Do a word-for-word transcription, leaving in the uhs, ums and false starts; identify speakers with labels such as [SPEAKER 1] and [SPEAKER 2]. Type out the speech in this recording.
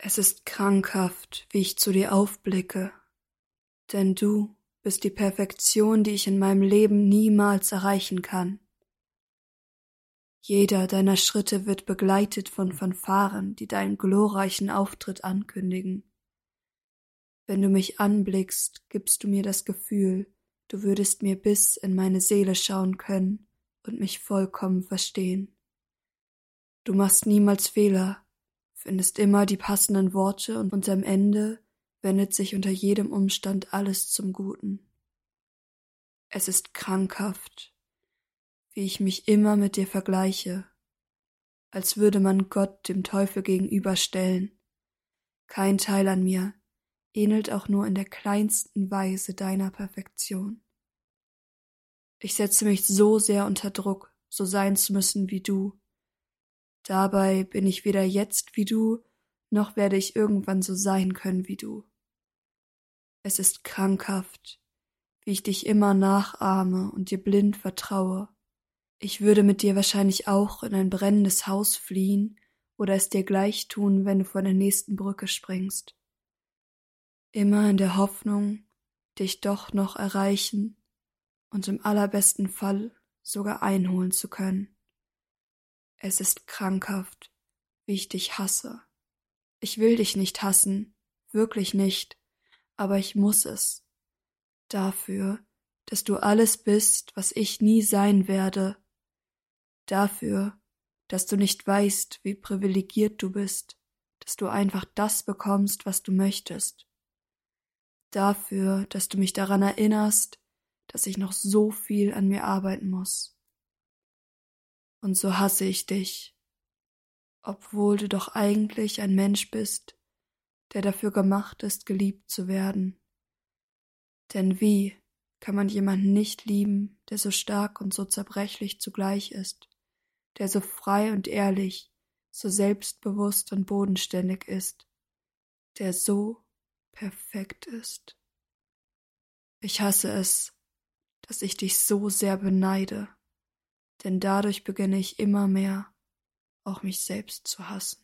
[SPEAKER 1] Es ist krankhaft, wie ich zu dir aufblicke, denn du bist die Perfektion, die ich in meinem Leben niemals erreichen kann. Jeder deiner Schritte wird begleitet von Fanfaren, die deinen glorreichen Auftritt ankündigen. Wenn du mich anblickst, gibst du mir das Gefühl, du würdest mir bis in meine Seele schauen können und mich vollkommen verstehen. Du machst niemals Fehler, findest immer die passenden Worte und am Ende wendet sich unter jedem Umstand alles zum Guten. Es ist krankhaft, wie ich mich immer mit dir vergleiche, als würde man Gott dem Teufel gegenüberstellen. Kein Teil an mir ähnelt auch nur in der kleinsten Weise deiner Perfektion. Ich setze mich so sehr unter Druck, so sein zu müssen wie du. Dabei bin ich weder jetzt wie du, noch werde ich irgendwann so sein können wie du. Es ist krankhaft, wie ich dich immer nachahme und dir blind vertraue. Ich würde mit dir wahrscheinlich auch in ein brennendes Haus fliehen oder es dir gleich tun, wenn du von der nächsten Brücke springst. Immer in der Hoffnung, dich doch noch erreichen und im allerbesten Fall sogar einholen zu können. Es ist krankhaft, wie ich dich hasse. Ich will dich nicht hassen, wirklich nicht, aber ich muss es. Dafür, dass du alles bist, was ich nie sein werde. Dafür, dass du nicht weißt, wie privilegiert du bist, dass du einfach das bekommst, was du möchtest. Dafür, dass du mich daran erinnerst, dass ich noch so viel an mir arbeiten muss. Und so hasse ich dich, obwohl du doch eigentlich ein Mensch bist, der dafür gemacht ist, geliebt zu werden. Denn wie kann man jemanden nicht lieben, der so stark und so zerbrechlich zugleich ist, der so frei und ehrlich, so selbstbewusst und bodenständig ist, der so perfekt ist? Ich hasse es, dass ich dich so sehr beneide, denn dadurch beginne ich immer mehr, auch mich selbst zu hassen.